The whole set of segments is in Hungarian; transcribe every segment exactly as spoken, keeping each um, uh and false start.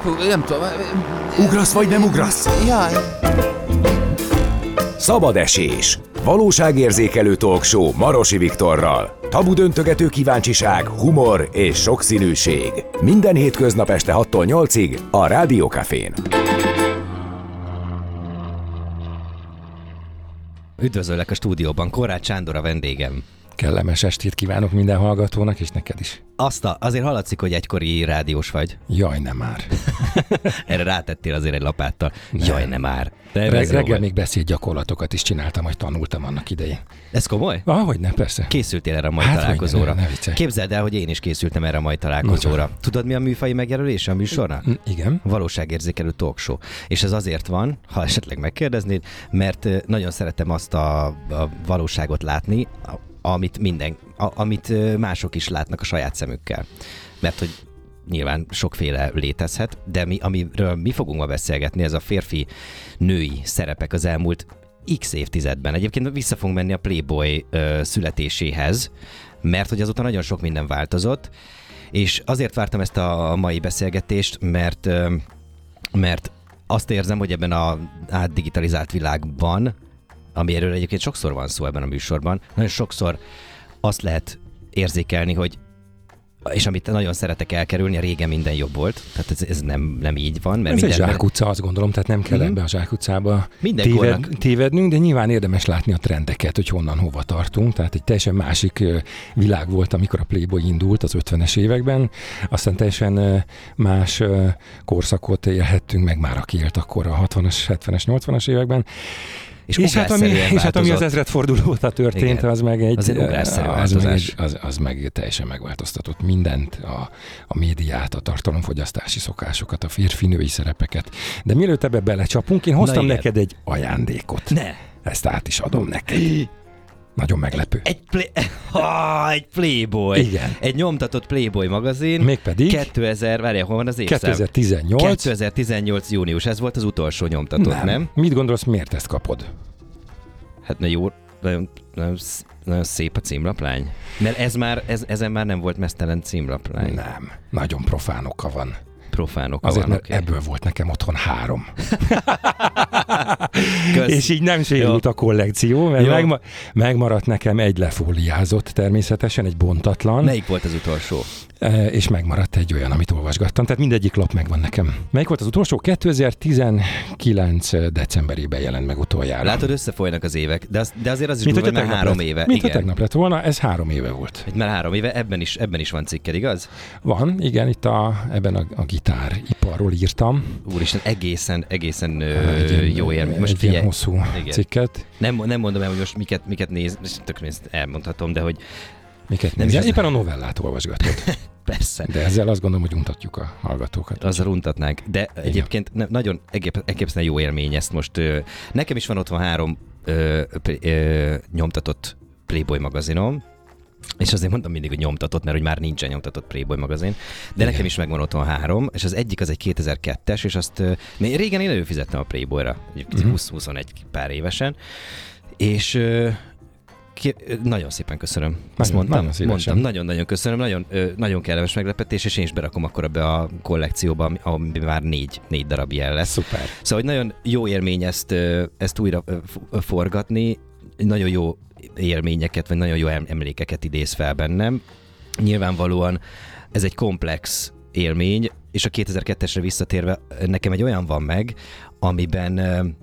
Fú, nem tudom. Ugrasz vagy nem ugrasz? Jaj. Szabad esés. Valóságérzékelő talkshow Marosi Viktorral. Tabu döntögető kíváncsiság, humor és sokszínűség. Minden hétköznap este hattól nyolcig a Rádió Cafén. Üdvözöllek a stúdióban, Korráth Sándor a vendégem. Kellemes estét kívánok minden hallgatónak, és neked is. Azt a, azért hallatszik, hogy egykori rádiós vagy. Jaj, nem már. Erre rátettél azért egy lapáttal. Nem. Jaj, nem már. Re- reggel még beszédgyakorlatokat is csináltam, hogy tanultam annak idején. Ez komoly? Ahogy ne, persze. Készültél erre a mai hát, találkozóra. Ne, ne, ne Képzeld el, hogy én is készültem erre a mai találkozóra. No, tudod, mi a műfaji megjelölése a műsornak? Igen. Valóságérzékelő talkshow. És ez azért van, ha esetleg megkérdeznéd, mert nagyon szeretem azt a, a valóságot látni, amit minden, a, amit mások is látnak a saját szemükkel. Mert hogy nyilván sokféle létezhet, de mi, amiről mi fogunk ma beszélgetni, ez a férfi-női szerepek az elmúlt x évtizedben. Egyébként vissza fogunk menni a Playboy ö, születéséhez, mert hogy azóta nagyon sok minden változott, és azért vártam ezt a mai beszélgetést, mert, ö, mert azt érzem, hogy ebben az átdigitalizált világban, amiről egyébként sokszor van szó ebben a műsorban, nagyon sokszor azt lehet érzékelni, hogy és amit nagyon szeretek elkerülni, a régen minden jobb volt. Tehát ez, ez nem, nem így van. Mert ez minden, egy zsákutca, azt gondolom, tehát nem kell mm-hmm. ebbe a zsákutcába téved, tévednünk, de nyilván érdemes látni a trendeket, hogy honnan hova tartunk. Tehát egy teljesen másik világ volt, amikor a Playboy indult az ötvenes években. Aztán teljesen más korszakot élhettünk meg már, aki élt akkor a hatvanas, hetvenes, nyolcvanas években. És, és, hát ami, és hát ami az ezredforduló óta történt, igen, az meg egy, az, egy az, meg egy az, az meg teljesen megváltoztatott mindent, a, a médiát, a tartalomfogyasztási szokásokat, a férfi-női szerepeket. De mielőtt ebbe belecsapunk, én hoztam neked egy ajándékot. Ne. Ezt át is adom neked. Nagyon meglepő. Egy, play... ah, egy Playboy. Igen. Egy nyomtatott Playboy magazin. Mégpedig? kétezer, várjál, hol van az évszám? kétezer-tizennyolc. kétezer-tizennyolc június, ez volt az utolsó nyomtatott, nem? nem? Mit gondolsz, miért ezt kapod? Hát na jó, nagyon, nagyon, nagyon szép a címlaplány. Mert ez már, ez, ezen már nem volt meztelen címlaplány. Nem, nagyon profán oka van. Profán oka Azért, van, mert okay. ebből volt nekem otthon három. És így nem sérült a kollekció, mert megma- megmaradt nekem egy lefóliázott természetesen, egy bontatlan. Melyik volt az utolsó? E, és megmaradt egy olyan, amit olvasgattam. Tehát mindegyik lap megvan nekem. Melyik volt az utolsó? kétezer-tizenkilenc decemberében jelent meg utoljára. Látod, összefolynak az évek, de, az, de azért az is mint durva, hogy már három lett, éve. Mint igen. ha tegnap lett volna, ez három éve volt. Már három éve, ebben is, ebben is van cikked, igaz? Van, igen, itt a, ebben a, a gitáriparról írtam. Úristen, egészen, egészen ö, egy jó élmény. Most egy figyelj, ilyen hosszú igen. cikket. Nem, nem mondom el, hogy most miket, miket néz, tökre elmondhatom, de hogy... Miket néz? Az... Éppen a novellát olvasgatod. Persze. De ezzel azt gondolom, hogy untatjuk a hallgatókat. Azzal untatnánk. De igen. Egyébként ne, nagyon egészen jó élmény ezt most. Ö, nekem is van otthon három ö, ö, nyomtatott Playboy magazinom, és azért mondom mindig, hogy nyomtatott, mert hogy már nincsen nyomtatott Playboy magazin, de igen. Nekem is megvan otthon három, és az egyik az egy kétezer-kettes, és azt ö, régen én előfizettem a Playboyra, uh-huh. húsz-huszonegy pár évesen, és ö, nagyon szépen köszönöm. Azt nagyon, mondtam, nagyon mondtam, nagyon-nagyon köszönöm, nagyon, nagyon kellemes meglepetés, és én is berakom akkor ebbe a kollekcióba, ami már négy, négy darab jel lesz. Szuper. Szóval hogy nagyon jó élmény ezt, ezt újra forgatni, nagyon jó élményeket, vagy nagyon jó emlékeket idéz fel bennem. Nyilvánvalóan ez egy komplex élmény, és a kétezer-kettesre visszatérve nekem egy olyan van meg, amiben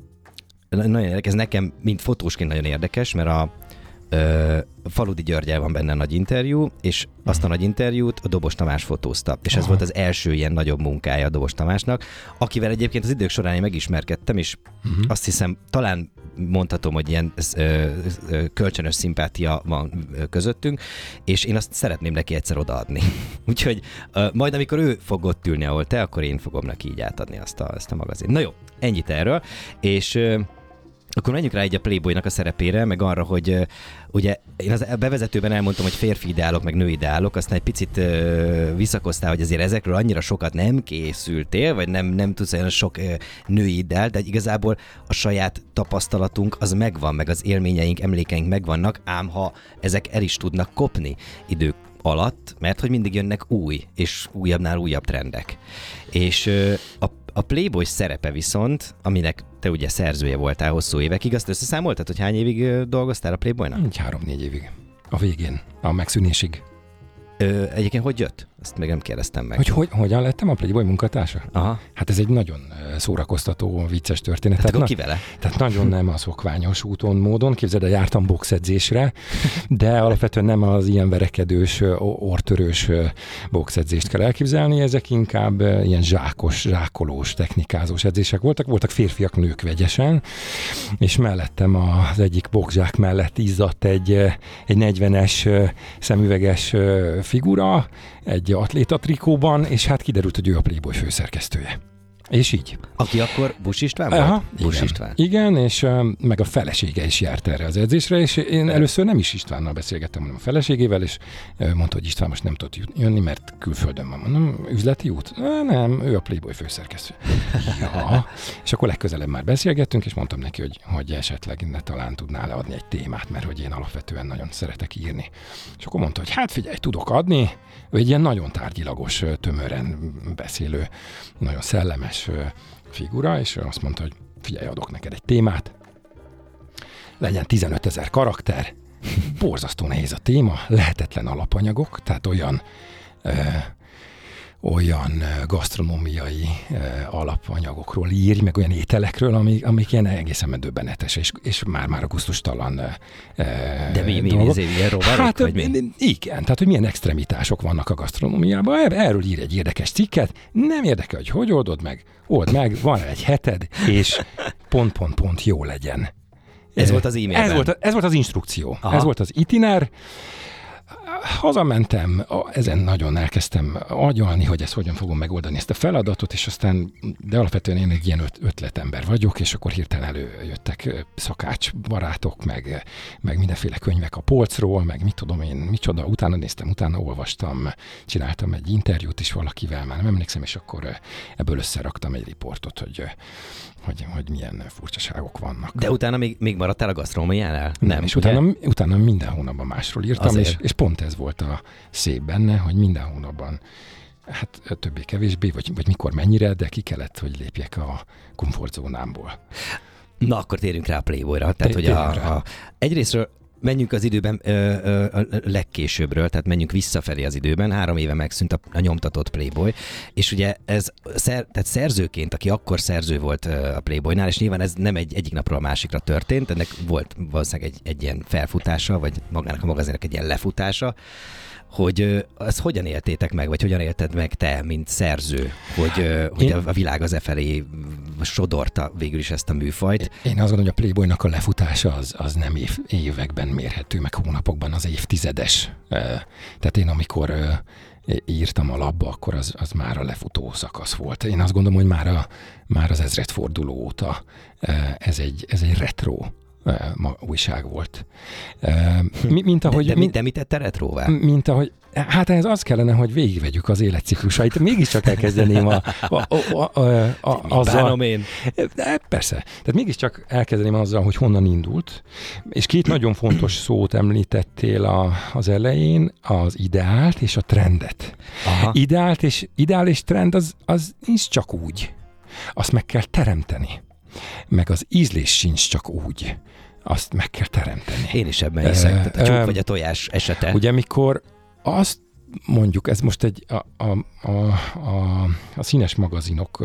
nagyon érdekes, ez nekem, mint fotósként nagyon érdekes, mert a Ö, Faludi Györgyel van benne nagy interjú, és azt a nagy interjút a Dobos Tamás fotózta. És ez Aha. volt az első ilyen nagyobb munkája a Dobos Tamásnak, akivel egyébként az idők során én megismerkedtem, és uh-huh. azt hiszem, talán mondhatom, hogy ilyen ö, ö, kölcsönös szimpátia van közöttünk, és én azt szeretném neki egyszer odaadni. Úgyhogy ö, majd amikor ő fog ott ülni, ahol te, akkor én fogom neki így átadni azt a, azt a magazint. Na jó, ennyit erről, és ö, akkor menjünk rá így a Playboynak a szerepére, meg arra, hogy uh, ugye én az bevezetőben elmondtam, hogy férfi ideálok, meg női ideálok, aztán egy picit uh, visszakoztál, hogy azért ezekről annyira sokat nem készültél, vagy nem, nem tudsz olyan sok uh, női ideál, de igazából a saját tapasztalatunk az megvan, meg az élményeink, emlékeink megvannak, ám ha ezek el is tudnak kopni idők alatt, mert hogy mindig jönnek új, és újabbnál újabb trendek. És a, a Playboy szerepe viszont, aminek te ugye szerzője voltál hosszú évekig, azt összeszámoltad, hogy hány évig dolgoztál a Playboynak? Így három-négy évig. A végén, a megszűnésig. Ö, egyébként hogy jött? Ezt még nem kérdeztem meg. Hogy, hogy hogyan lettem a Playboy munkatársa? Aha. Hát ez egy nagyon szórakoztató, vicces történet. Hát tehát, ki vele? Tehát nagyon nem a szokványos úton, módon. Képzeld, el, jártam boxedzésre, de alapvetően nem az ilyen verekedős, ortörős boxedzést kell elképzelni. Ezek inkább ilyen zsákos, zsákolós, technikázós edzések voltak. Voltak férfiak, nők vegyesen, és mellettem az egyik boxzsák mellett izzadt egy, egy negyvenes szemüveges figura, egy atléta trikóban, és hát kiderült, hogy ő a Playboy főszerkesztője. És így. Aki akkor Busz István volt? Aha, Busz igen. István. Igen, és uh, meg a felesége is járt erre az edzésre, és én először nem is Istvánnal beszélgettem, hanem a feleségével, és uh, mondta, hogy István most nem tud jönni, mert külföldön van. Mondom, üzleti út? Nem, ő a Playboy főszerkesztő. Ja. És akkor legközelebb már beszélgettünk, és mondtam neki, hogy, hogy esetleg ne talán tudnál leadni egy témát, mert hogy én alapvetően nagyon szeretek írni. És akkor mondta, hogy hát figyelj, tudok adni. Ő egy ilyen nagyon tárgyilagos, tömören beszélő, nagyon szellemes figura, és azt mondta, hogy figyelj, adok neked egy témát, legyen tizenötezer karakter, borzasztó nehéz a téma, lehetetlen alapanyagok, tehát olyan ö, olyan gasztronómiai alapanyagokról írj, meg olyan ételekről, amik, amik ilyen egészen döbbenetes, és, és már-már a gusztustalan De mi, mi, mi ilyen rovarok, hát, vagy mi? Igen, tehát hogy milyen extremitások vannak a gasztronómiában. Erről ír egy érdekes cikket, nem érdekel, hogy hogy oldod meg, old meg, van egy heted, és pont, pont, pont jó legyen. Ez volt az e-mailben? Ez volt, ez volt az instrukció, Aha. ez volt az itiner. Hazamentem, ezen nagyon elkezdtem agyalni, hogy ezt hogyan fogom megoldani ezt a feladatot, és aztán, de alapvetően én egy ilyen ötletember vagyok, és akkor hirtelen előjöttek szakács barátok, meg, meg mindenféle könyvek a polcról, meg mit tudom én, micsoda, utána néztem, utána olvastam, csináltam egy interjút is valakivel, már nem emlékszem, és akkor ebből összeraktam egy riportot, hogy Hogy, hogy milyen furcsaságok vannak. De utána még, még maradtál a gasztronómiánál? Nem, nem, és utána, utána minden hónapban másról írtam, és, és pont ez volt a szép benne, hogy minden hónapban, hát többé-kevésbé, vagy, vagy mikor mennyire, de ki kellett, hogy lépjek a komfortzónámból. Na, akkor térjünk rá a Playboyra. Tehát, hogy a, a, egyrésztről menjünk az időben ö, ö, a legkésőbbről, tehát menjünk visszafelé az időben. Három éve megszűnt a, a nyomtatott Playboy, és ugye ez szer, tehát szerzőként, aki akkor szerző volt a Playboynál, és nyilván ez nem egy egyik napról a másikra történt, ennek volt valószínűleg egy, egy ilyen felfutása, vagy magának a magazinnak egy ilyen lefutása, hogy ezt hogyan éltétek meg, vagy hogyan élted meg te, mint szerző, hogy, hogy én... a világ az e felé sodorta végül is ezt a műfajt. Én azt gondolom, hogy a Playboynak a lefutása az, az nem év, években mérhető, meg hónapokban, az évtizedes. Tehát én amikor írtam a labba, akkor az, az már a lefutó szakasz volt. Én azt gondolom, hogy már, a, már az ezredforduló óta ez egy, ez egy retro ma újság volt. Mi, mint ahogy, de, de, mint, de mit tette retróvá? Mint ahogy, hát ez az kellene, hogy végigvegyük az életciklusait. Mégiscsak elkezdeném a, a, a, a, a, azzal. Bánom én. De persze. Tehát mégiscsak elkezdeném azzal, hogy honnan indult. És két nagyon fontos szót említettél a, az elején, az ideált és a trendet. Aha. Ideált és, ideál és trend az, az nincs csak úgy. Azt meg kell teremteni. Meg az ízlés sincs csak úgy. Azt meg kell teremteni. Én is ebben hiszek. Tehát a tyúk vagy a tojás esete. Ugye mikor azt mondjuk, ez most egy a, a, a, a, a színes magazinok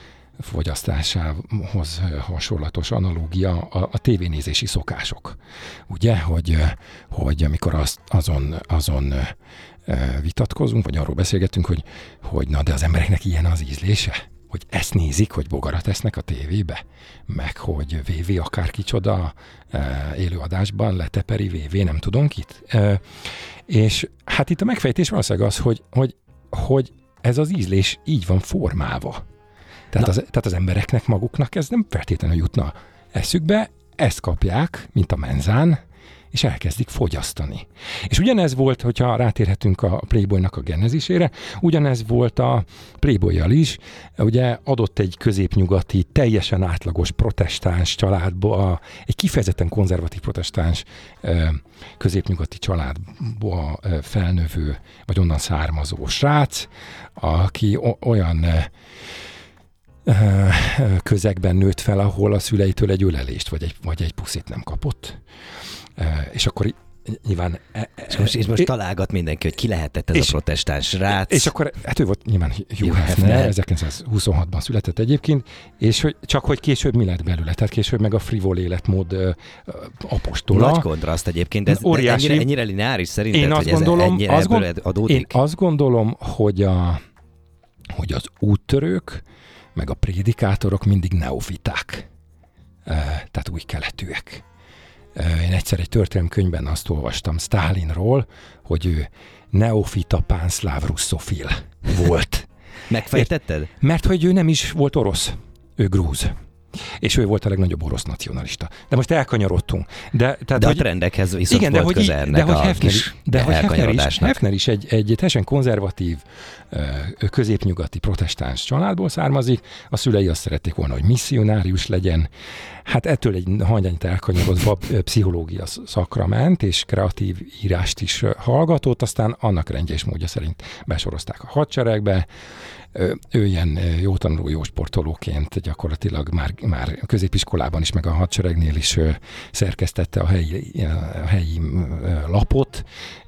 fogyasztásához hasonlatos analógia a, a tévénézési szokások. Ugye, hogy, hogy amikor azt, azon, azon vitatkozunk, vagy arról beszélgetünk, hogy, hogy na, de az embereknek ilyen az ízlése, hogy ezt nézik, hogy bogarat esznek a tévébe, meg hogy vé vé akár kicsoda élőadásban leteperi vé vé, nem tudom kit. És hát itt a megfejtés valószínűleg az, hogy, hogy, hogy ez az ízlés így van formálva. Tehát az, tehát az embereknek maguknak ez nem feltétlenül jutna eszükbe, ezt kapják, mint a menzán, és elkezdik fogyasztani. És ugyanez volt, hogyha rátérhetünk a Playboynak a genezisére, ugyanez volt a Playboyjal is, ugye adott egy középnyugati, teljesen átlagos protestáns családba, egy kifejezetten konzervatív protestáns középnyugati családba felnövő, vagy onnan származó srác, aki olyan közegben nőtt fel, ahol a szüleitől egy ölelést, vagy egy, vagy egy puszit nem kapott. És akkor nyilván... És most, és most találgat mindenki, hogy ki lehetett ez és, a protestáns srác. És akkor, hát ő volt nyilván Hugh Hefner, ezerkilencszázhuszonhatban született egyébként, és hogy, csak hogy később mi lett belőle, tehát később meg a frivol életmód uh, apostola. Nagy kontraszt egyébként, ez óriási, ennyire, ennyire lineáris szerinted, én hogy gondolom, ez ennyire azt ebből gond, adódik? Én azt gondolom, hogy, a, hogy az úttörők, meg a prédikátorok mindig neofiták, uh, tehát új keletűek. Én egyszer egy történelemkönyvben azt olvastam Sztálinról, hogy ő neofita pánszláv russzofil volt. Megfejtetted? Mert hogy ő nem is volt orosz, ő grúz. És ő volt a legnagyobb orosz nacionalista. De most elkanyarodtunk. De, tehát, de hogy, a trendekhez viszont igen, volt de köze hogy, ennek de, a hogy Hefner, kis de hogy Hefner is, Hefner is egy, egy teljesen konzervatív, középnyugati protestáns családból származik. A szülei azt szerették volna, hogy misszionárius legyen. Hát ettől egy hangyányt elkanyarodva pszichológia szakra ment, és kreatív írást is hallgatott, aztán annak rendje és módja szerint besorozták a hadseregbe. Ő ilyen jó tanuló, jó sportolóként gyakorlatilag már, már középiskolában is, meg a hadseregnél is szerkesztette a helyi, a helyi lapot,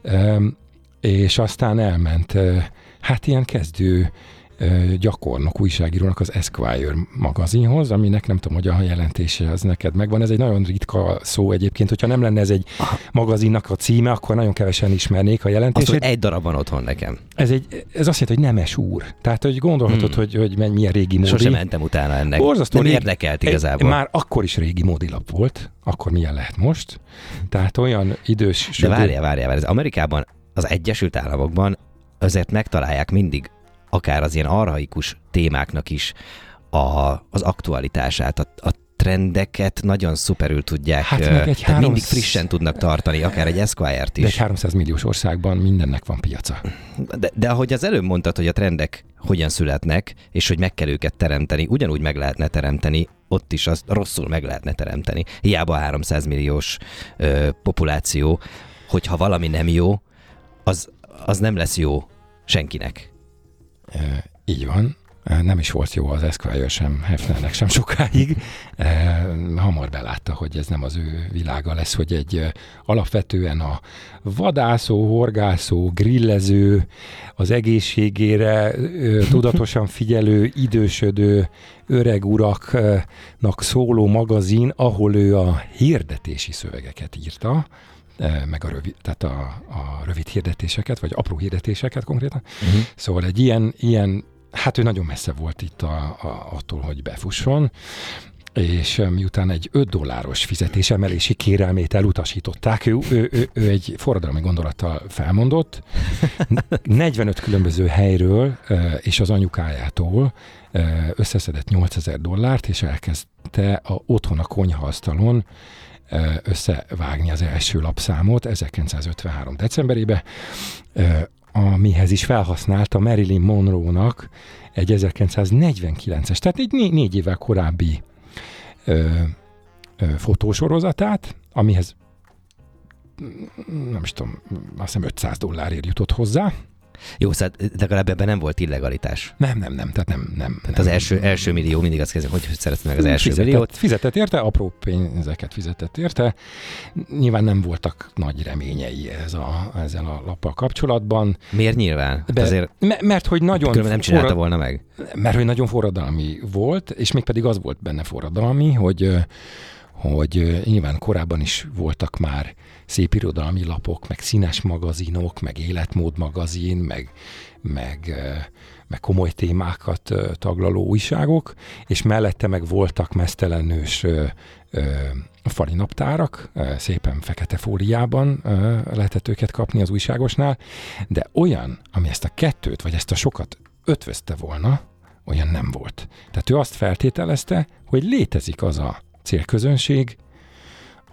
és aztán elment, hát ilyen kezdő gyakornok újságírónak az Esquire magazinhoz, aminek nem tudom, hogy a jelentése az neked megvan. Ez egy nagyon ritka szó egyébként, hogyha nem lenne ez egy magazinnak a címe, akkor nagyon kevesen ismernék a jelentését. Azt, hogy egy darab van otthon nekem. Ez, egy, ez azt jelenti, hogy nemes úr. Tehát, hogy gondolhatod, hmm. hogy, hogy milyen régi módi. Sosem mentem utána ennek. Borzasztó nem régi, érdekelt igazából. Már akkor is régi módilap volt, akkor milyen lehet most. Tehát olyan idős... De várjál, várjál, várjál. Amerikában, az Egyesült Államokban azért megtalálják mindig akár az ilyen archaikus témáknak is a, az aktualitását, a, a trendeket nagyon szuperül tudják, hát tehát három... mindig frissen tudnak tartani, akár egy Esquire-t is. De egy háromszáz milliós országban mindennek van piaca. De, de ahogy az előbb mondtad, hogy a trendek hogyan születnek, és hogy meg kell őket teremteni, ugyanúgy meg lehetne teremteni, ott is azt rosszul meg lehetne teremteni. Hiába a háromszáz milliós ö, populáció, hogyha valami nem jó, az, az nem lesz jó senkinek. E, így van. Nem is volt jó az Esquire sem, Hefnernek sem sokáig. E, hamar belátta, hogy ez nem az ő világa lesz, hogy egy e, alapvetően a vadászó, horgászó, grillező, az egészségére e, tudatosan figyelő, idősödő öreg uraknak szóló magazin, ahol ő a hirdetési szövegeket írta, meg a rövid, tehát a, a rövid hirdetéseket, vagy apró hirdetéseket konkrétan. Uh-huh. Szóval egy ilyen, ilyen, hát ő nagyon messze volt itt a, a, attól, hogy befusson, és miután egy öt dolláros fizetésemelési kérelmét elutasították, ő, ő, ő, ő egy forradalmi gondolattal felmondott, negyvenöt különböző helyről és az anyukájától összeszedett nyolcezer dollárt, és elkezdte a, otthon a konyhaasztalon összevágni az első lapszámot ezerkilencszázötvenhárom decemberében, amihez is felhasználta Marilyn Monroe-nak egy ezerkilencszáznegyvenkilences, tehát egy né- négy évvel korábbi ö, ö, fotósorozatát, amihez nem is tudom, azt hiszem ötszáz dollárért jutott hozzá. Jó, szóval legalább ebben nem volt illegalitás. Nem, nem, nem, tehát nem. nem tehát nem, az első, első millió, mindig azt kezdem, hogy szeretnél meg az első fizetett, milliót. Fizetett érte, apró pénzeket fizetett érte. Nyilván nem voltak nagy reményei ez a, ezzel a lappal kapcsolatban. Miért nyilván? De, azért m- mert hogy nagyon... Különben nem csinálta forrad, volna meg. Mert hogy nagyon forradalmi volt, és mégpedig az volt benne forradalmi, hogy hogy nyilván korábban is voltak már szép irodalmi lapok, meg színes magazinok, meg életmód magazin, meg, meg, meg komoly témákat taglaló újságok, és mellette meg voltak meztelenős fali naptárak, szépen fekete fóliában lehetett őket kapni az újságosnál, de olyan, ami ezt a kettőt, vagy ezt a sokat ötvözte volna, olyan nem volt. Tehát ő azt feltételezte, hogy létezik az a célközönség,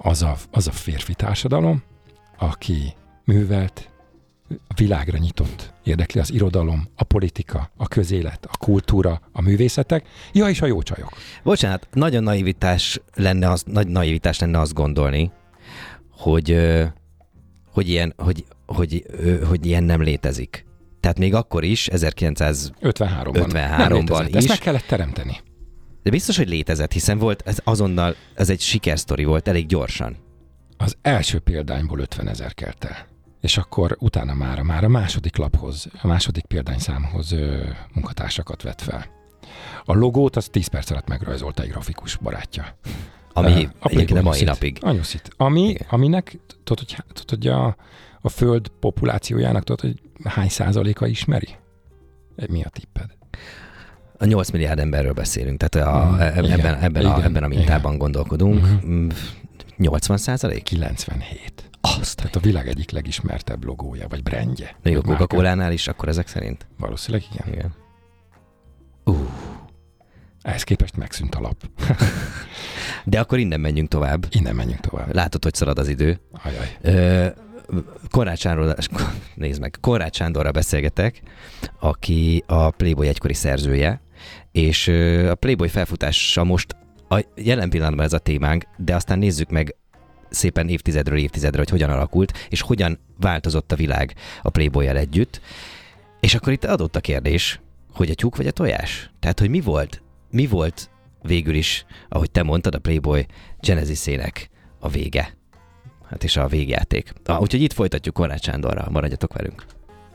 az a, az a férfi társadalom, aki művelt, a világra nyitott, érdekli az irodalom, a politika, a közélet, a kultúra, a művészetek, ja, és a jó csajok. Bocsánat, nagyon naivitás lenne, az, nagy naivitás lenne azt gondolni, hogy, hogy, ilyen, hogy, hogy, hogy ilyen nem létezik. Tehát még akkor is, ezerkilencszázötvenháromban ötvenháromban is. Ezt meg kellett teremteni. De biztos, hogy létezett, hiszen volt, ez azonnal, ez egy sikersztori volt, elég gyorsan. Az első példányból ötvenezer kelt el. És akkor utána már, már a második laphoz, a második példányszámhoz ö, munkatársakat vett fel. A logót az tíz perc alatt megrajzolta egy grafikus barátja. Ami egyébként a mai napig. Anyuszit. Ami, aminek, tudod, hogy, tudod, hogy a, a föld populációjának, tudod, hogy hány százaléka ismeri? Mi a tipped? A nyolc milliárd emberről beszélünk, tehát a, mm, ebben, igen, ebben, igen, a, ebben a mintában igen. gondolkodunk. Mm-hmm. nyolcvan százalék? kilencvenhét. Azt, tehát a világ egyik legismertebb logója, vagy brandje. Na jó, Coca-Colánál is akkor ezek szerint? Valószínűleg igen. igen. Uh. Ehhez képest megszűnt a lap. De akkor innen menjünk tovább. Innen menjünk tovább. Látod, hogy szalad az idő. Ajaj. Ö, Konrád Sándorral, nézd meg, Konrád Sándorral beszélgetek, aki a Playboy egykori szerzője, és a Playboy felfutása most a jelen pillanatban ez a témánk, de aztán nézzük meg szépen évtizedről évtizedre, hogy hogyan alakult, és hogyan változott a világ a Playboy-jal együtt. És akkor itt adott a kérdés, hogy a tyúk vagy a tojás? Tehát, hogy mi volt, mi volt végül is, ahogy te mondtad, a Playboy Genesis-ének a vége. Hát és a végjáték. Ah, úgyhogy itt folytatjuk Konrád Sándorral. Maradjatok velünk.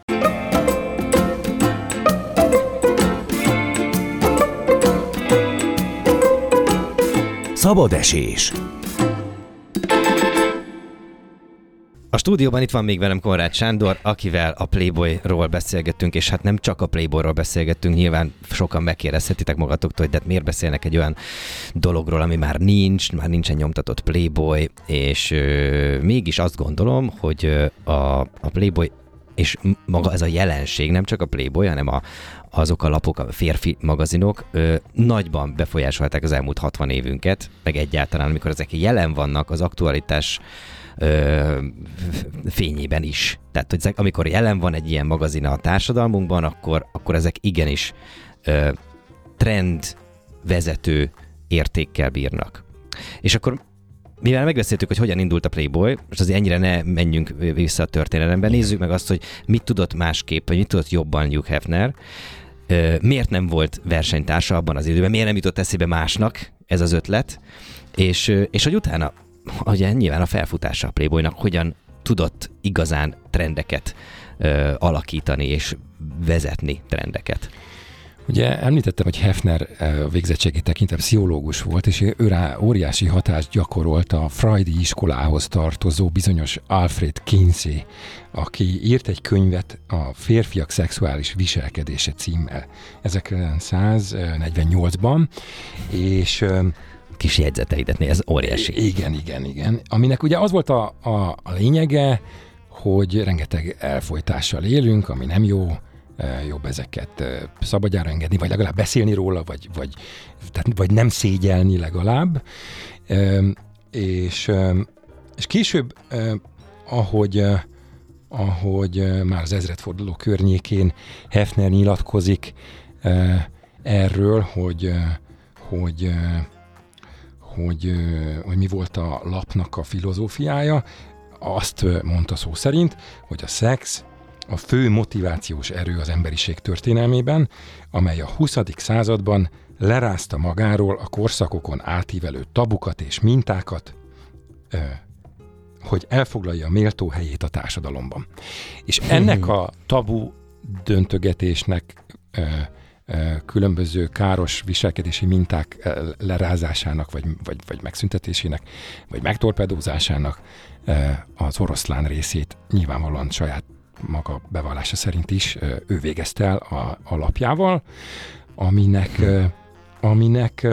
Szabad esés. A stúdióban itt van még velem Konrád Sándor, akivel a Playboyról beszélgettünk, és hát nem csak a Playboyról beszélgettünk, nyilván sokan megkérdezhetitek magatoktól, hogy de miért beszélnek egy olyan dologról, ami már nincs, már nincsen nyomtatott Playboy, és euh, mégis azt gondolom, hogy a, a Playboy és maga ez a jelenség, nem csak a Playboy, hanem a, azok a lapok, a férfi magazinok ö, nagyban befolyásolták az elmúlt hatvan évünket, meg egyáltalán, amikor ezek jelen vannak az aktualitás Ö, fényében is. Tehát, hogy ezek, amikor jelen van egy ilyen magazin a társadalmunkban, akkor, akkor ezek igenis ö, trendvezető értékkel bírnak. És akkor, mivel megbeszéltük, hogy hogyan indult a Playboy, most azért ennyire ne menjünk vissza a történelembe, nézzük meg azt, hogy mit tudott másképp, vagy mit tudott jobban Hugh Hefner, ö, miért nem volt versenytársa abban az időben, miért nem jutott eszébe másnak ez az ötlet, és, és hogy utána ugye nyilván a felfutása a Playboynak hogyan tudott igazán trendeket ö, alakítani és vezetni trendeket. Ugye említettem, hogy Hefner végzettségi tekintve pszichológus volt, és ő rá óriási hatást gyakorolt a freudi iskolához tartozó bizonyos Alfred Kinsey, aki írt egy könyvet a Férfiak szexuális viselkedése címmel ezerkilencszáznegyvennyolcban, és kis jegyzeteidet néz, ez óriási. Igen, igen, igen. Aminek ugye az volt a, a, a lényege, hogy rengeteg elfojtással élünk, ami nem jó, jobb ezeket szabadjára engedni, vagy legalább beszélni róla, vagy, vagy, tehát, vagy nem szégyelni legalább. És, és később, ahogy, ahogy már az ezredforduló környékén Hefner nyilatkozik erről, hogy, hogy Hogy, hogy mi volt a lapnak a filozófiája, azt mondta szó szerint, hogy a szex a fő motivációs erő az emberiség történelmében, amely a huszadik században lerázta magáról a korszakokon átívelő tabukat és mintákat, hogy elfoglalja a méltó helyét a társadalomban. És ennek a tabu döntögetésnek különböző káros viselkedési minták lerázásának, vagy, vagy, vagy megszüntetésének, vagy megtorpedózásának az oroszlán részét nyilvánvalóan saját maga bevallása szerint is ő végezte el a, a lapjával, aminek, aminek,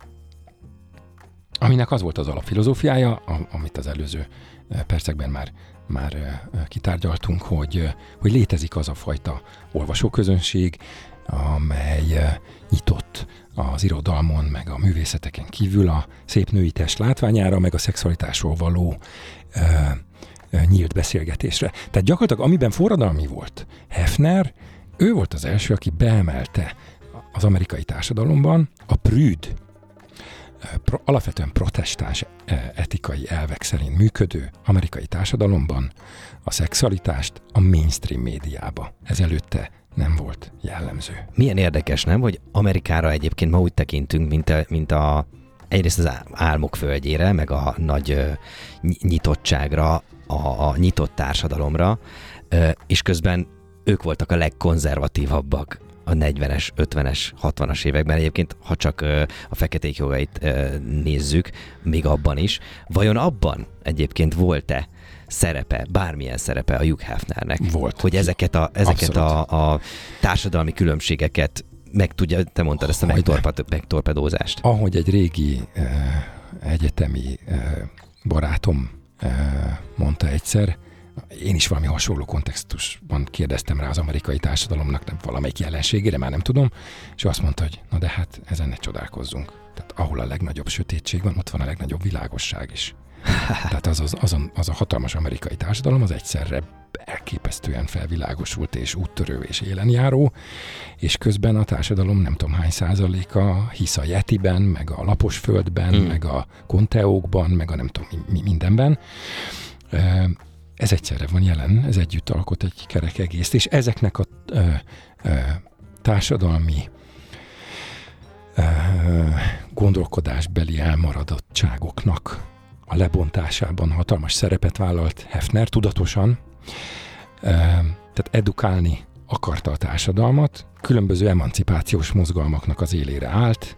aminek az volt az alapfilozófiája, amit az előző percekben már már kitárgyaltunk, hogy, hogy létezik az a fajta olvasóközönség, amely nyitott az irodalmon, meg a művészeteken kívül a szép női test látványára, meg a szexualitásról való ö, ö, nyílt beszélgetésre. Tehát gyakorlatilag amiben forradalmi volt Hefner, ő volt az első, aki beemelte az amerikai társadalomban a prűd, pro, alapvetően protestáns etikai elvek szerint működő amerikai társadalomban a szexualitást a mainstream médiába. Ez előtte nem volt jellemző. Milyen érdekes, nem? Hogy Amerikára egyébként ma úgy tekintünk, mint a, mint a egyrészt az álmok földjére, meg a nagy ö, nyitottságra, a, a nyitott társadalomra, ö, és közben ők voltak a legkonzervatívabbak a negyvenes, ötvenes, hatvanas években. Egyébként, ha csak ö, a feketék jogait ö, nézzük, még abban is. Vajon abban egyébként volt-e szerepe, bármilyen szerepe a Hugh Hefnernek? Volt. Hogy ezeket a, ezeket a, a társadalmi különbségeket meg tudja, te mondtad ezt a megtorped, megtorpedózást. Ahogy egy régi eh, egyetemi eh, barátom eh, mondta egyszer, én is valami hasonló kontextusban kérdeztem rá az amerikai társadalomnak, nem valamelyik jelenségére, már nem tudom, és azt mondta, hogy na de hát ezen ne csodálkozzunk. Tehát ahol a legnagyobb sötétség van, ott van a legnagyobb világosság is. Tehát az, az, az, a, az a hatalmas amerikai társadalom az egyszerre elképesztően felvilágosult és úttörő és élenjáró, és közben a társadalom nem tudom hány százaléka hisz a Yetiben, meg a Laposföldben, mm. meg a konteókban, meg a nem tudom mi, mindenben. Ez egyszerre van jelen, ez együtt alkot egy kerek egészt, és ezeknek a ö, ö, társadalmi ö, gondolkodásbeli elmaradottságoknak a lebontásában hatalmas szerepet vállalt Hefner tudatosan, tehát edukálni akarta a társadalmat, különböző emancipációs mozgalmaknak az élére állt.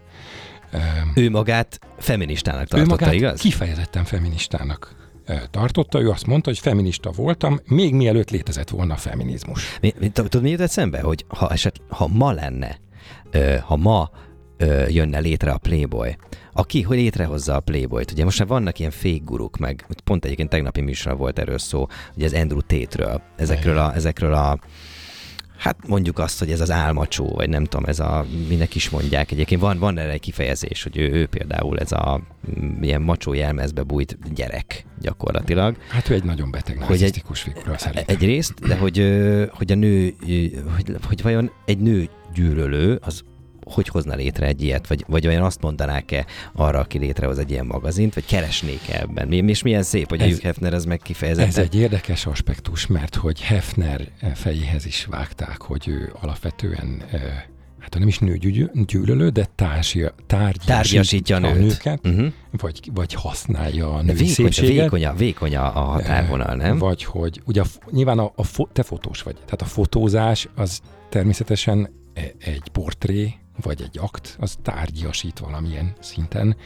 Ő magát feministának tartotta, ő magát igaz? Kifejezetten feministának tartotta, ő azt mondta, hogy feminista voltam, még mielőtt létezett volna a feminizmus. Tudod, mi jutott szembe? Hogy ha, eset, ha ma lenne, ha ma jönne létre a Playboy, aki, hogy létrehozza a Playboyt. Ugye most már vannak ilyen fake guruk, meg pont egyébként tegnapi műsorra volt erről szó, ugye az Andrew Tate-ről, ezekről a, ezekről a hát mondjuk azt, hogy ez az álmacsó, vagy nem tudom, ez a, minek is mondják. Egyébként van, van erre egy kifejezés, hogy ő, ő például ez a ilyen macsó jelmezbe bújt gyerek gyakorlatilag. Hát ő egy nagyon beteg, narcisztikus figura szerintem. Egyrészt, de hogy, hogy a nő, hogy, hogy vajon egy nő gyűlölő, az hogy hozna létre egy ilyet, vagy, vagy olyan azt mondanák-e arra, aki létrehoz egy ilyen magazint, vagy keresnék-e ebben? És milyen szép, hogy ez, a Hugh Hefner ez meg kifejezetten. Ez egy érdekes aspektus, mert hogy Hefner fejéhez is vágták, hogy ő alapvetően, hát nem is nőgyűlölő, de társia, tárgyasítja a nőket, uh-huh. vagy, vagy használja a női szépséget. Vékony, a, vékony a határvonal, nem? Vagy hogy, ugye a, nyilván a, a fo, te fotós vagy, tehát a fotózás az természetesen egy portré, vagy egy akt, az tárgyasít valamilyen szinten.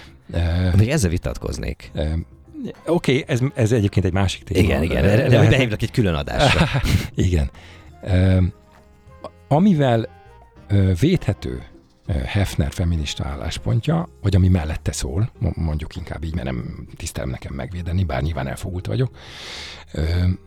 Még ezzel vitatkoznék. Uh, Oké, okay, ez, ez egyébként egy másik téma. Igen, igen, de, de hogy behívlak egy külön adásra. Igen. Uh, amivel uh, védhető uh, Hefner feminista álláspontja, vagy ami mellette szól, mondjuk inkább így, mert nem tisztelem nekem megvédeni, bár nyilván elfogult vagyok. Uh,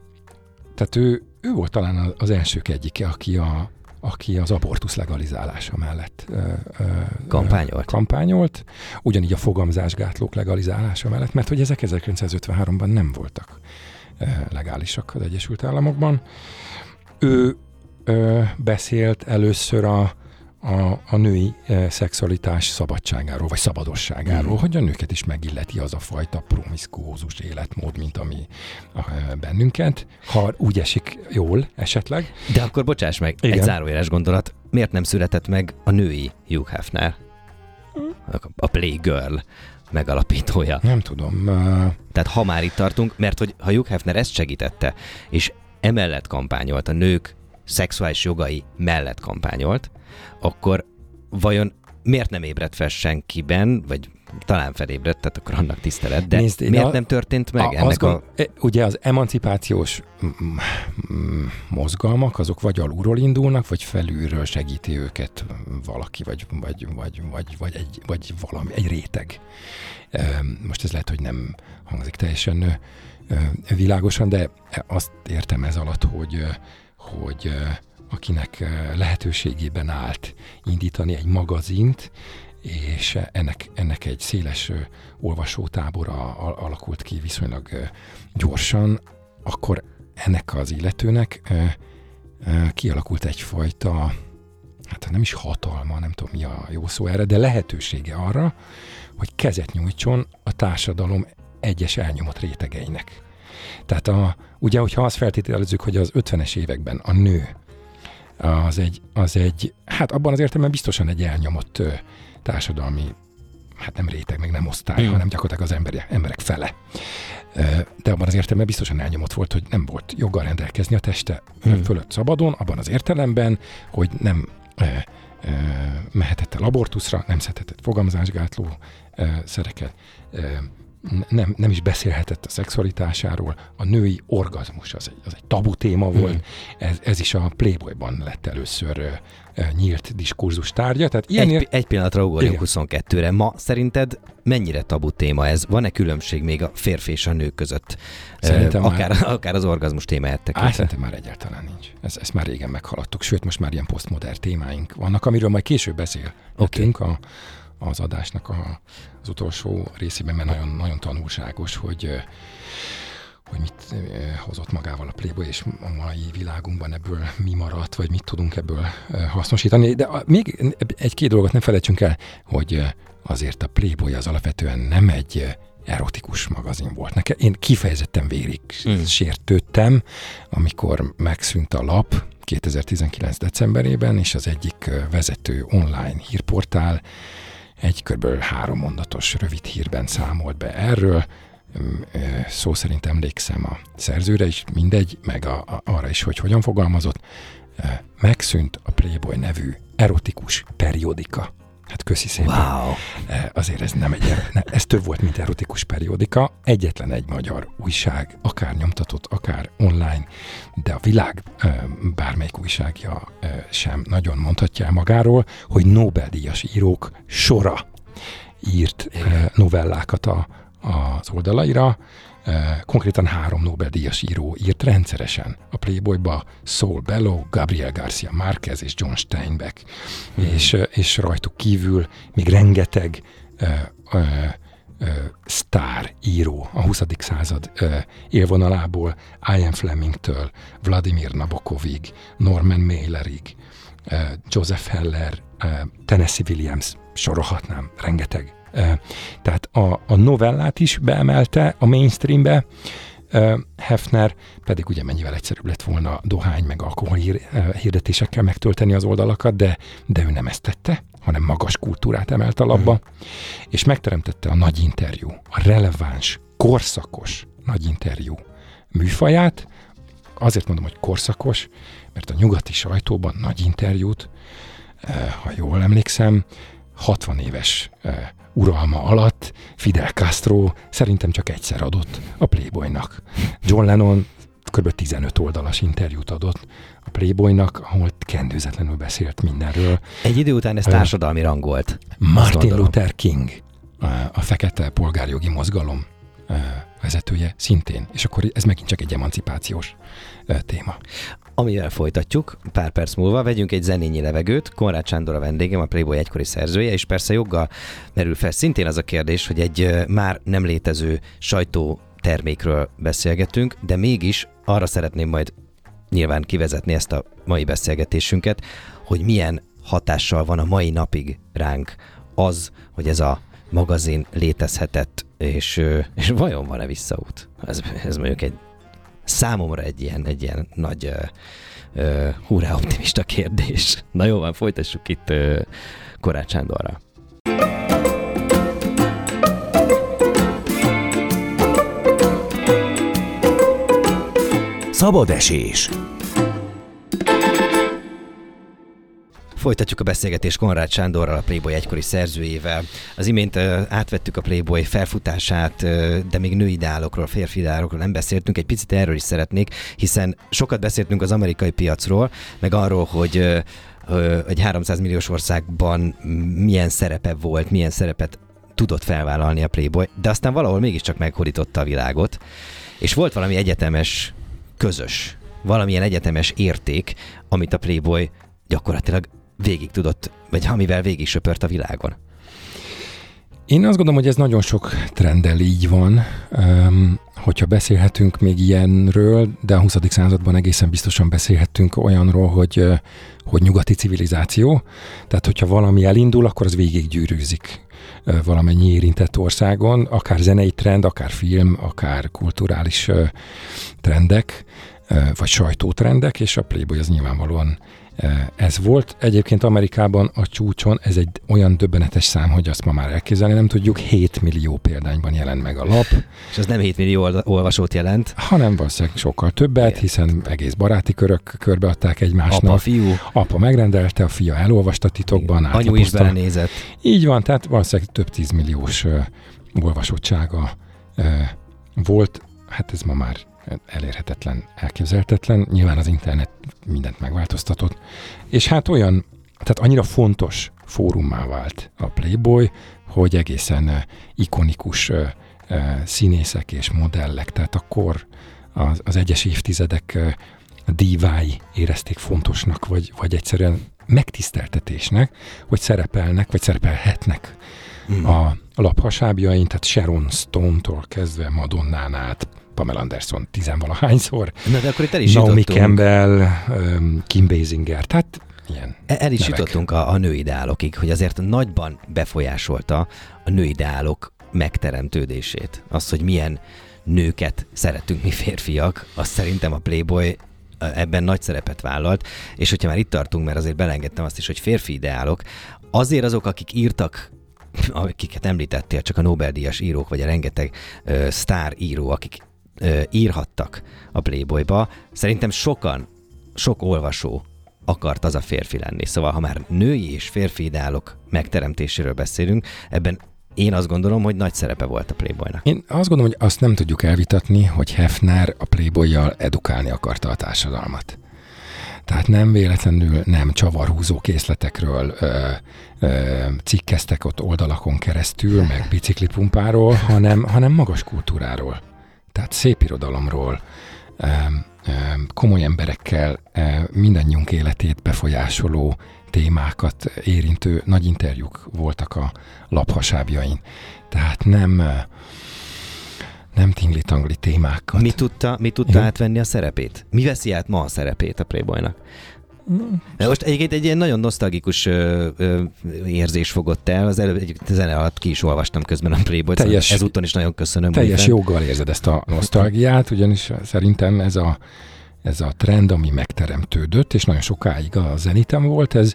tehát ő, ő volt talán az elsők egyike, aki a aki az abortusz legalizálása mellett ö, ö, kampányolt. kampányolt, ugyanígy a fogamzásgátlók legalizálása mellett, mert hogy ezek ezerkilencszázötvenháromban nem voltak ö, legálisak az Egyesült Államokban. Ő ö, beszélt először a, a, a női ö, szexualitás szabadságáról, vagy szabadosságáról, mm. hogy a nőket is megilleti az a fajta promiszkuózus életmód, mint ami a, bennünket, ha úgy esik jól esetleg. De akkor bocsáss meg, igen. Egy zárójeles gondolat, miért nem született meg a női Hugh Hefner? A Playgirl megalapítója. Nem tudom. Tehát ha már itt tartunk, mert hogy ha Hugh Hefner ezt segítette, és emellett kampányolt, a nők szexuális jogai mellett kampányolt, akkor vajon miért nem ébredt fel senkiben, vagy talán felébredt, tehát akkor annak tisztelet, de Nézd, miért a, nem történt meg a, ennek a... Ugye az emancipációs mozgalmak, azok vagy alulról indulnak, vagy felülről segíti őket valaki, vagy, vagy, vagy, vagy, vagy, egy, vagy valami, egy réteg. Most ez lehet, hogy nem hangzik teljesen világosan, de azt értem ez alatt, hogy, hogy akinek lehetőségében állt indítani egy magazint, és ennek, ennek egy széles olvasótábora alakult ki viszonylag gyorsan, akkor ennek az illetőnek kialakult egyfajta, hát nem is hatalma, nem tudom mi a jó szó erre, de lehetősége arra, hogy kezet nyújtson a társadalom egyes elnyomott rétegeinek. Tehát a, ugye, hogyha azt feltételezzük, hogy az ötvenes években a nő az egy, az egy hát abban az értelemben biztosan egy elnyomott ö, társadalmi, hát nem réteg, meg nem osztály, mm. hanem gyakorlatilag az emberek, emberek fele. De abban az értelemben biztosan elnyomott volt, hogy nem volt joggal rendelkezni a teste mm. fölött szabadon, abban az értelemben, hogy nem ö, ö, mehetett el abortuszra, nem szedhetett fogamzásgátló ö, szereket, ö, Nem, nem is beszélhetett a szexualitásáról, a női orgazmus az egy, az egy tabu téma volt, hmm. ez, ez is a Playboyban lett először uh, nyílt diskurzus tárgya. Tehát ilyen egy, ér... egy pillanatra ugorjunk huszonkettőre. Ma szerinted mennyire tabu téma ez? Van-e különbség még a férfi és a nő között? Uh, akár, már... akár az orgazmus témáját tekintve? Szerintem már egyáltalán nincs. Ez, ezt már régen meghaladtuk, sőt most már ilyen posztmodern témáink vannak, amiről majd később beszélhetünk okay. a az adásnak a, az utolsó részében, mert nagyon, nagyon tanulságos, hogy, hogy mit hozott magával a Playboy, és a mai világunkban ebből mi maradt, vagy mit tudunk ebből hasznosítani. De még egy-két dolgot nem felejtsünk el, hogy azért a Playboy az alapvetően nem egy erotikus magazin volt. Nekem, én kifejezetten vérig mm. sértődtem, amikor megszűnt a lap kétezer-tizenkilenc decemberében, és az egyik vezető online hírportál egy kb. három mondatos rövid hírben számolt be erről. Szó szerint emlékszem a szerzőre is, mindegy, meg a, a, arra is, hogy hogyan fogalmazott. Megszűnt a Playboy nevű erotikus periódika. Hát köszi szépen. Wow. Azért ez nem egy, ez több volt, mint erotikus periódika. Egyetlen egy magyar újság, akár nyomtatott, akár online, de a világ bármelyik újságja sem nagyon mondhatja el magáról, hogy Nobel-díjas írók sora írt Igen. novellákat a, az oldalaira. Konkrétan három Nobel-díjas író írt rendszeresen a Playboyba, Saul Bellow, Gabriel Garcia Márquez és John Steinbeck. Mm. És, és rajtuk kívül még rengeteg uh, uh, uh, sztár író a huszadik század uh, élvonalából, Ian Flemingtől, Vladimir Nabokovig, Norman Mailerig, uh, Joseph Heller, uh, Tennessee Williams, sorolhatnám, rengeteg. Uh, tehát a, a novellát is beemelte a mainstreambe, uh, Hefner pedig ugye mennyivel egyszerűbb lett volna dohány meg alkohol hír, uh, hirdetésekkel megtölteni az oldalakat, de, de ő nem ezt tette, hanem magas kultúrát emelt a labba, uh-huh. és megteremtette a nagy interjú, a releváns, korszakos nagy interjú műfaját. Azért mondom, hogy korszakos, mert a nyugati sajtóban nagy interjút, uh, ha jól emlékszem, hatvan éves uh, uralma alatt Fidel Castro szerintem csak egyszer adott a Playboynak. John Lennon kb. tizenöt oldalas interjút adott a Playboynak, ahol kendőzetlenül beszélt mindenről. Egy idő után ez társadalmi rang volt. Martin Luther King, a fekete polgárjogi mozgalom vezetője szintén. És akkor ez megint csak egy emancipációs téma. Amivel folytatjuk, pár perc múlva vegyünk egy zenényi levegőt. Konrád Sándor a vendégem, a Playboy egykori szerzője, és persze joggal merül fel szintén az a kérdés, hogy egy már nem létező sajtótermékről beszélgetünk, de mégis arra szeretném majd nyilván kivezetni ezt a mai beszélgetésünket, hogy milyen hatással van a mai napig ránk az, hogy ez a magazin létezhetett, és, és vajon van-e visszaút? Ez, ez mondjuk egy számomra egy ilyen, egy ilyen nagy uh, uh, hurrá optimista kérdés. Na jó van, folytassuk itt uh, Konrád Sándorral. Szabad esés. Folytatjuk a beszélgetést Konrád Sándorral, a Playboy egykori szerzőjével. Az imént uh, átvettük a Playboy felfutását, uh, de még női ideálokról, férfi ideálokról nem beszéltünk. Egy picit erről is szeretnék, hiszen sokat beszéltünk az amerikai piacról, meg arról, hogy uh, uh, egy háromszáz milliós országban milyen szerepe volt, milyen szerepet tudott felvállalni a Playboy, de aztán valahol mégiscsak meghódította a világot, és volt valami egyetemes, közös valamilyen egyetemes érték, amit a Playboy gyakorlatilag végig tudott, vagy amivel végig söpört a világon? Én azt gondolom, hogy ez nagyon sok trenddel így van, um, hogyha beszélhetünk még ilyenről, de a huszadik században egészen biztosan beszélhetünk olyanról, hogy, hogy nyugati civilizáció, tehát hogyha valami elindul, akkor az végig gyűrűzik valamennyi érintett országon, akár zenei trend, akár film, akár kulturális trendek, vagy sajtótrendek, és a Playboy az nyilvánvalóan ez volt. Egyébként Amerikában a csúcson ez egy olyan döbbenetes szám, hogy azt ma már elképzelni nem tudjuk, hét millió példányban jelent meg a lap. És az nem hét millió olvasót jelent? Hanem valószínűleg sokkal többet, hiszen egész baráti körök körbeadták egymásnak. Apa, fiú. Apa megrendelte, a fia elolvasta titokban. Anyu is belenézett. Így van, tehát valószínűleg több tízmilliós uh, olvasottsága uh, volt. Hát ez ma már elérhetetlen, elképzelhetetlen. Nyilván az internet mindent megváltoztatott. És hát olyan, tehát annyira fontos fórummá vált a Playboy, hogy egészen uh, ikonikus uh, uh, színészek és modellek, tehát akkor az, az egyes évtizedek uh, dívái érezték fontosnak, vagy, vagy egyszerűen megtiszteltetésnek, hogy szerepelnek, vagy szerepelhetnek mm. a laphasábjain, tehát Sharon Stone-tól kezdve Madonnán át, Pamela Anderson tizenvalahányszor, Na, de akkor itt el is Naomi jutottunk. Campbell, Kim Basinger, tehát ilyen El is nevek. jutottunk a, a nőideálokig, hogy azért nagyban befolyásolta a nőideálok megteremtődését. Az, hogy milyen nőket szeretünk mi férfiak, azt szerintem a Playboy ebben nagy szerepet vállalt, és hogyha már itt tartunk, mert azért belengedtem azt is, hogy férfi ideálok, azért azok, akik írtak, akiket említettél, csak a Nobel-díjas írók, vagy a rengeteg uh, sztár író, akik uh, írhattak a Playboyba, szerintem sokan, sok olvasó akart az a férfi lenni. Szóval, ha már női és férfi ideálok megteremtéséről beszélünk, ebben én azt gondolom, hogy nagy szerepe volt a Playboynak. Én azt gondolom, hogy azt nem tudjuk elvitatni, hogy Hefner a Playboyjal edukálni akarta a társadalmat. Tehát nem véletlenül nem csavarhúzó készletekről ö, ö, cikkeztek ott oldalakon keresztül, meg biciklipumpáról, hanem, hanem magas kultúráról. Tehát szép irodalomról, ö, ö, komoly emberekkel ö, mindannyiunk életét befolyásoló témákat érintő nagy interjúk voltak a laphasábjain. Tehát nem, nem tingli-tangli témákat. Mi tudta, mi tudta átvenni a szerepét? Mi veszi át ma a szerepét a Playboynak? De most egyébként egy ilyen nagyon nosztalgikus ö, ö, érzés fogott el. Az előbb egy zene alatt ki is olvastam közben a Playboyt. Teljes, ezúton is nagyon köszönöm. Teljes joggal érzed ezt a nosztalgiát, ugyanis szerintem ez a ez a trend, ami megteremtődött, és nagyon sokáig a zenitem volt, ez,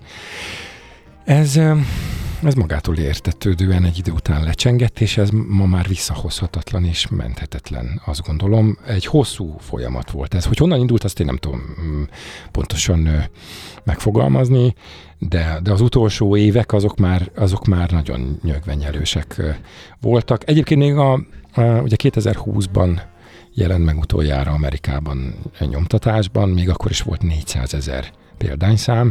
ez, ez magától értetődően egy idő után lecsengett, és ez ma már visszahozhatatlan és menthetetlen, azt gondolom. Egy hosszú folyamat volt ez. Hogy honnan indult, azt én nem tudom pontosan megfogalmazni, de, de az utolsó évek azok már, azok már nagyon nyögvenyelősek voltak. Egyébként még a, a ugye kétezer-húszban jelent meg utoljára Amerikában nyomtatásban, még akkor is volt négyszázezer példányszám.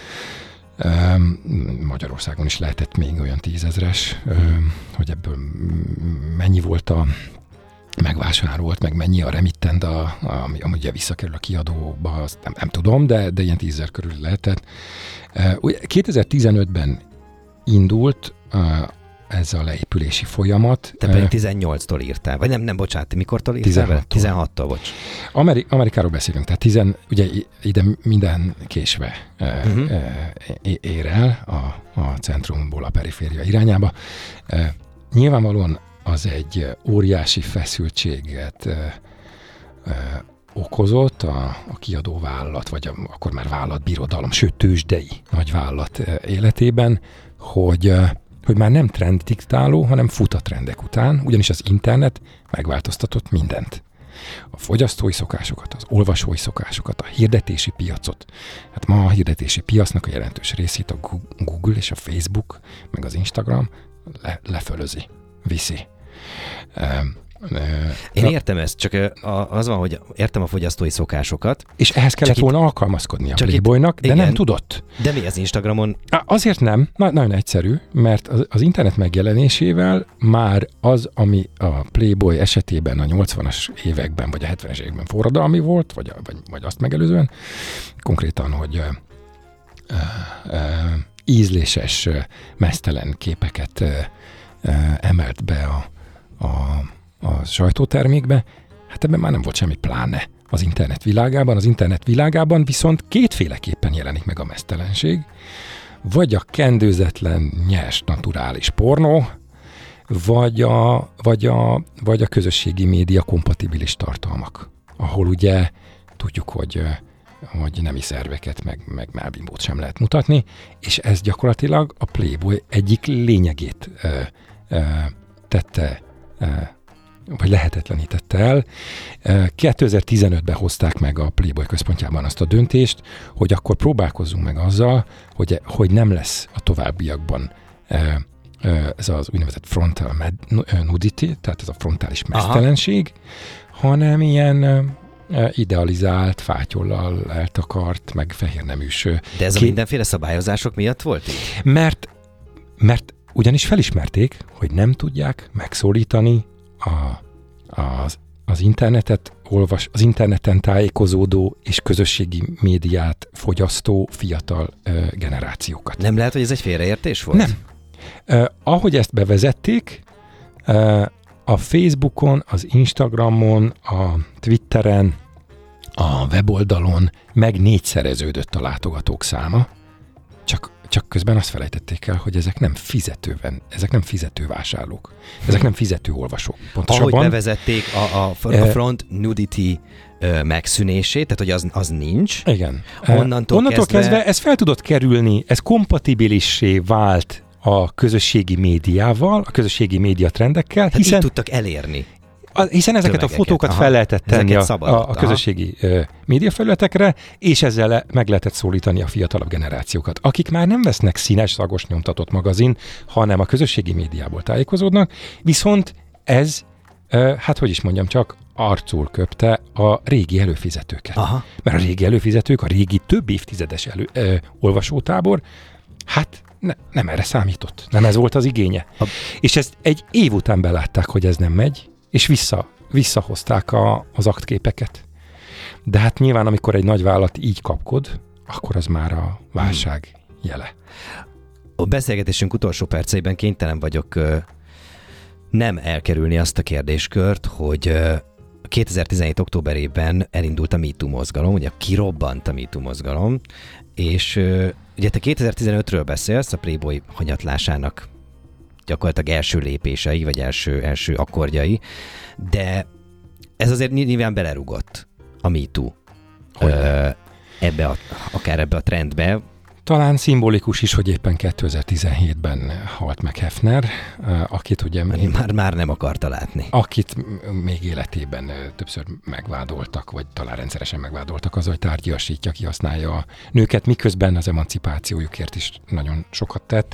Magyarországon is lehetett még olyan tízezres, hogy ebből mennyi volt a megvásárolt, meg mennyi a remittent, a, ami, ami ugye visszakerül a kiadóba, azt nem, nem tudom, de, de ilyen tízezer körül lehetett. kétezer-tizenötben indult ez a leépülési folyamat. Te pedig tizennyolctól írtál, vagy nem, nem, bocsánat, mikortól írtál? tizenhattól. tizenhattól, bocs. Ameri- Amerikáról beszélünk, tehát tizen, ugye ide minden késve uh-huh. ér el a, a centrumból a periféria irányába. Nyilvánvalóan az egy óriási feszültséget okozott a, a kiadóvállalat, vagy a, akkor már vállalatbirodalom, sőt tőzsdei nagy vállalat életében, hogy hogy már nem trenddiktáló, hanem fut a trendek után, ugyanis az internet megváltoztatott mindent. A fogyasztói szokásokat, az olvasói szokásokat, a hirdetési piacot. Hát ma a hirdetési piacnak a jelentős részét a Google és a Facebook, meg az Instagram le, lefölözi, viszi. Én értem ezt, csak az van, hogy értem a fogyasztói szokásokat. És ehhez kellett volna itt, alkalmazkodni a Playboynak, de igen, nem tudott. De mi az Instagramon? Azért nem, na, nagyon egyszerű, mert az, az internet megjelenésével már az, ami a Playboy esetében a nyolcvanas években, vagy a hetvenes években forradalmi volt, vagy, vagy, vagy azt megelőzően, konkrétan, hogy uh, uh, ízléses, uh, meztelen képeket uh, uh, emelt be a, a a sajtótermékbe, hát ebben már nem volt semmi pláne az internet világában. Az internet világában viszont kétféleképpen jelenik meg a meztelenség. Vagy a kendőzetlen, nyers, naturális pornó, vagy a, vagy a, vagy a közösségi média kompatibilis tartalmak, ahol ugye tudjuk, hogy, hogy nemi szerveket, meg, meg melbimbót sem lehet mutatni, és ez gyakorlatilag a Playboy egyik lényegét ö, ö, tette ö, vagy lehetetlenítette el. kétezer-tizenötben hozták meg a Playboy központjában azt a döntést, hogy akkor próbálkozzunk meg azzal, hogy, hogy nem lesz a továbbiakban ez az úgynevezett frontal nudity, tehát ez a frontális meztelenség, hanem ilyen idealizált, fátyollal eltakart, meg fehérneműs. De ez a mindenféle szabályozások miatt volt így? Mert, mert ugyanis felismerték, hogy nem tudják megszólítani A, az, az internetet olvas, az interneten tájékozódó és közösségi médiát fogyasztó fiatal ö, generációkat. Nem lehet, hogy ez egy félreértés volt? Nem. Uh, ahogy ezt bevezették, uh, a Facebookon, az Instagramon, a Twitteren, a weboldalon meg négyszereződött a látogatók száma, csak Csak közben azt felejtették el, hogy ezek nem fizetőben, ezek nem fizető vásárlók, ezek nem fizető olvasók. Pontosabban, ahogy bevezették a, a, a front nudity ö, megszűnését, tehát hogy az, az nincs. Igen. Onnantól, Onnantól kezdve... kezdve ez fel tudott kerülni, ez kompatibilissé vált a közösségi médiával, a közösségi médiatrendekkel, hát hiszen... így tudtak elérni. A, hiszen ezeket tömegeket. A fotókat aha, fel lehetett tenni a, a, a közösségi uh, médiafelületekre, és ezzel le, meg lehetett szólítani a fiatalabb generációkat, akik már nem vesznek színes, szagos nyomtatott magazin, hanem a közösségi médiából tájékozódnak, viszont ez, uh, hát hogy is mondjam csak, arcul köpte a régi előfizetőket. Aha. Mert a régi előfizetők, a régi több évtizedes elő, uh, olvasótábor, hát ne, nem erre számított, nem ez volt az igénye. Ha. És ezt egy év után belátták, hogy ez nem megy, és vissza, visszahozták a, az aktképeket. De hát nyilván, amikor egy nagy vállalat így kapkod, akkor az már a válság jele. A beszélgetésünk utolsó perceiben kénytelen vagyok ö, nem elkerülni azt a kérdéskört, hogy ö, kétezer-tizenhét októberében elindult a MeToo mozgalom, ugye kirobbant a MeToo mozgalom, és ö, ugye te kétezer-tizenötről beszélsz, a Playboy hanyatlásának gyakorlatilag első lépései, vagy első, első akkordjai, de ez azért nyilván belerugott a MeToo ö, ebbe a, akár ebbe a trendbe. Talán szimbolikus is, hogy éppen kétezer-tizenhétben halt meg Hefner, akit ugye... Már, már nem akarta látni. Akit még életében többször megvádoltak, vagy talán rendszeresen megvádoltak az, hogy tárgyasítja, kihasználja a nőket, miközben az emancipációjukért is nagyon sokat tett.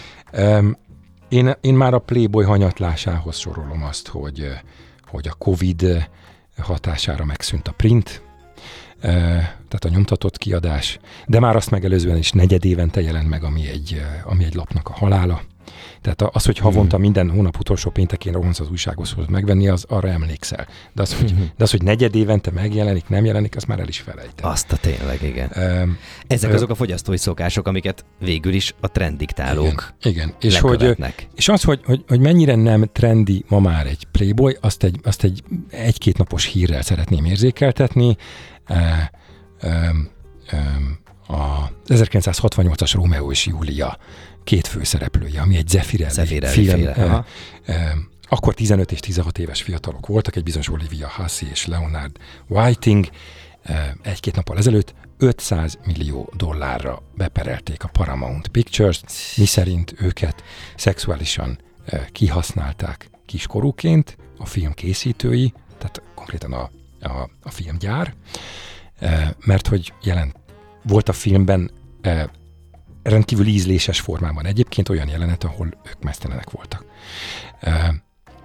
Én, én már a Playboy hanyatlásához sorolom azt, hogy, hogy a Covid hatására megszűnt a print, tehát a nyomtatott kiadás, de már azt megelőzően is negyed évente jelent meg, ami egy, ami egy lapnak a halála. Tehát az, hogy havonta minden hónap utolsó péntekén rohansz az újsághoz megvenni, az arra emlékszel. De az, hogy, de az, hogy negyed évente megjelenik, nem jelenik, az már el is felejtem. Azt a tényleg, igen. Um, Ezek azok a fogyasztói szokások, amiket végül is a trenddiktálók igen, igen. És, hogy, és az, hogy, hogy, hogy mennyire nem trendi ma már egy Playboy, azt egy, azt egy egy-két napos hírrel szeretném érzékeltetni. Uh, um, um, a ezerkilencszázhatvannyolcas Rómeó és Júlia két főszereplője, ami egy Zeffirelli, Zeffirelli film. Féle, eh, eh, akkor tizenöt és tizenhat éves fiatalok voltak, egy bizonyos Olivia Hussey és Leonard Whiting. Eh, egy-két nappal ezelőtt ötszáz millió dollárra beperelték a Paramount Pictures, miszerint őket szexuálisan eh, kihasználták kiskorúként a film készítői, tehát konkrétan a, a, a filmgyár, eh, mert hogy jelent volt a filmben eh, rendkívül ízléses formában egyébként olyan jelenet, ahol ők meztelenek voltak.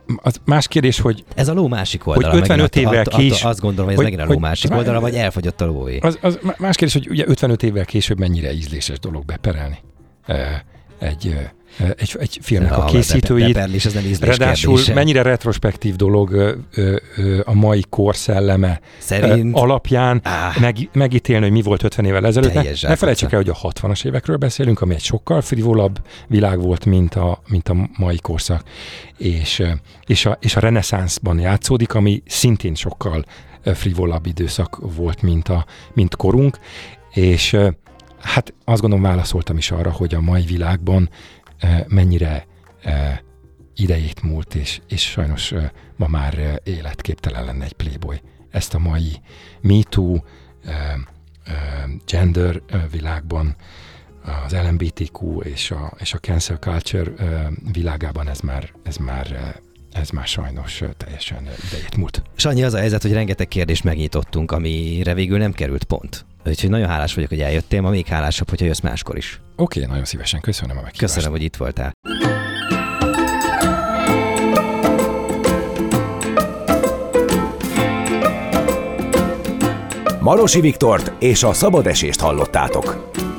az más kérdés, hogy... Ez a ló másik oldala. Hogy ötvenöt évvel később... Azt gondolom, hogy ez megint a ló másik oldala, vagy elfogyott a lóé. Az, az más kérdés, hogy ugye ötvenöt évvel később mennyire ízléses dolog beperelni egy... Egy, egy filmnek a, a készítőit. Beperlés, ez nem ízlés Ráadásul kérdése. Mennyire retrospektív dolog ö, ö, ö, a mai kor szelleme Szerint... alapján ah. meg, megítélni, hogy mi volt ötven évvel ezelőtt. Ne, ne felejtsük el, hogy a hatvanas évekről beszélünk, ami egy sokkal frivolabb világ volt, mint a, mint a mai korszak. És, és, a, és a reneszánszban játszódik, ami szintén sokkal frivolabb időszak volt, mint, a, mint korunk. És hát azt gondolom, válaszoltam is arra, hogy a mai világban mennyire e, idejét múlt, és, és sajnos e, ma már e, életképtelen lenne egy Playboy. Ezt a mai MeToo, e, e, gender e, világban, az el em bé té kú és a, és a cancel culture e, világában ez már, ez már e, ez már sajnos teljesen idejét múlt. Sanyi, az a helyzet, hogy rengeteg kérdést megnyitottunk, amire végül nem került pont. Úgyhogy nagyon hálás vagyok, hogy eljöttél, ma még hálásabb, hogyha jössz máskor is. Oké, okay, nagyon szívesen, köszönöm a meghívást. Köszönöm, hogy itt voltál. Marosi Viktort és a Szabad Esést hallottátok.